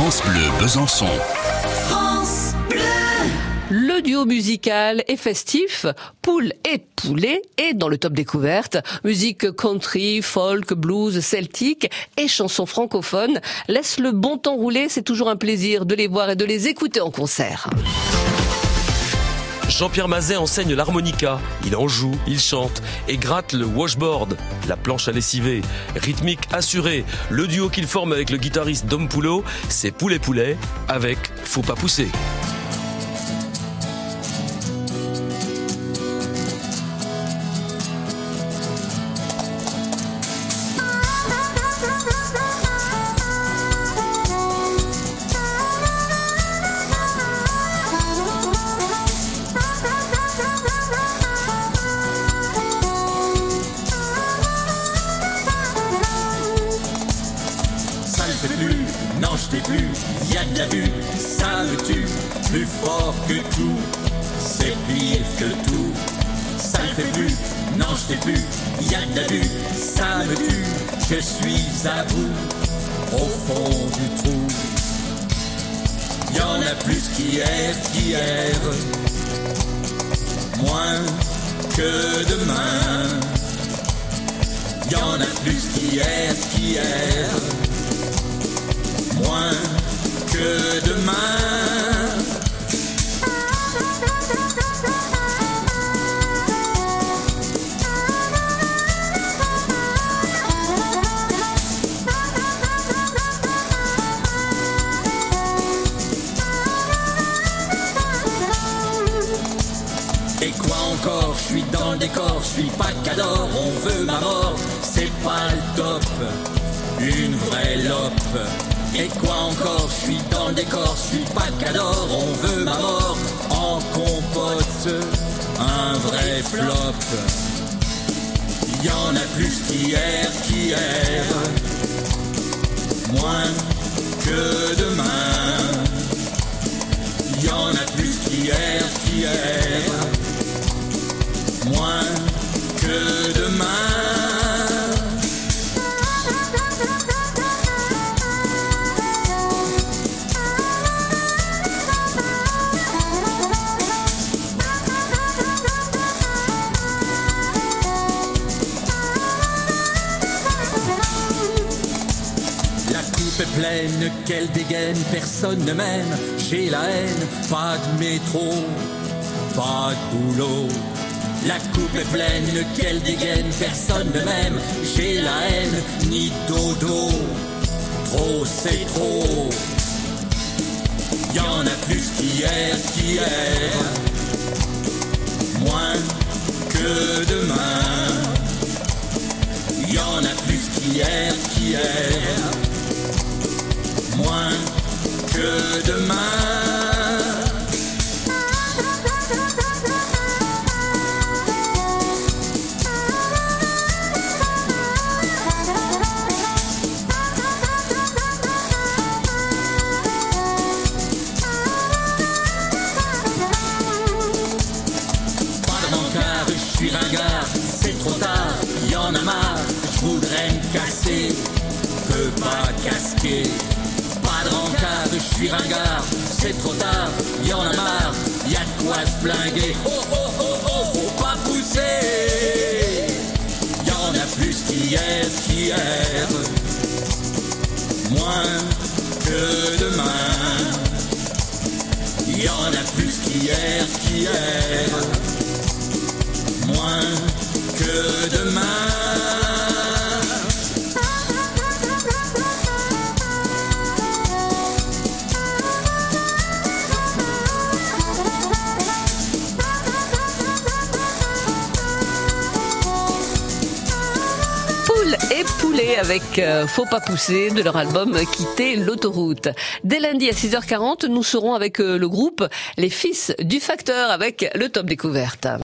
France Bleu Besançon. France Bleu. Le duo musical est festif, Poule et Poulet est dans le top découverte. Musique country, folk, blues, celtique et chansons francophones. Laisse le bon temps rouler, c'est toujours un plaisir de les voir et de les écouter en concert. Jean-Pierre Mazet enseigne l'harmonica, il en joue, il chante et gratte le washboard, la planche à lessiver. Rythmique assurée, le duo qu'il forme avec le guitariste Dom Poulot, c'est Poulet Poulet avec Faut pas pousser. Non, je t'ai plus, y a de l'abus, ça me tue, plus fort que tout, c'est pire que tout. Ça ne fait plus, non, je t'ai plus, y a de l'abus, ça me tue, je suis à bout, au fond du trou. Y'en a plus qu'hier, moins que demain. Y'en a plus qu'hier, moins que demain. Et quoi encore, je suis dans le décor, je suis pas cador, on veut ma mort, c'est pas le top, une vraie lope. Et quoi encore, je suis dans le décor, je suis pas cador, on veut ma mort, en compote, un vrai flop. Y'en a plus qu'hier, moins que demain. Y'en a plus qu'hier, moins que demain. Pleine, qu'elle dégaine, personne ne m'aime, j'ai la haine, pas de métro, pas de boulot. La coupe est pleine, qu'elle dégaine, personne ne m'aime, j'ai la haine, ni dodo, trop c'est trop. Y'en a plus qu'hier, moins que demain. Y'en a plus qu'hier, moins que demain. Pas de rencard, je suis ringard, c'est trop tard, y'en a marre, je voudrais me casser, peux pas casquer. Pas de rencard, je suis ringard, c'est trop tard, y'en a marre, y'a de quoi se flinguer. Oh oh oh oh, faut pas pousser. Y'en a plus qu'hier, moins que demain. Y'en a plus qu'hier, moins que demain. Et Poulet avec Faut pas pousser de leur album Quitter l'autoroute. Dès lundi à 6h40, nous serons avec le groupe Les Fils du Facteur avec le top découverte.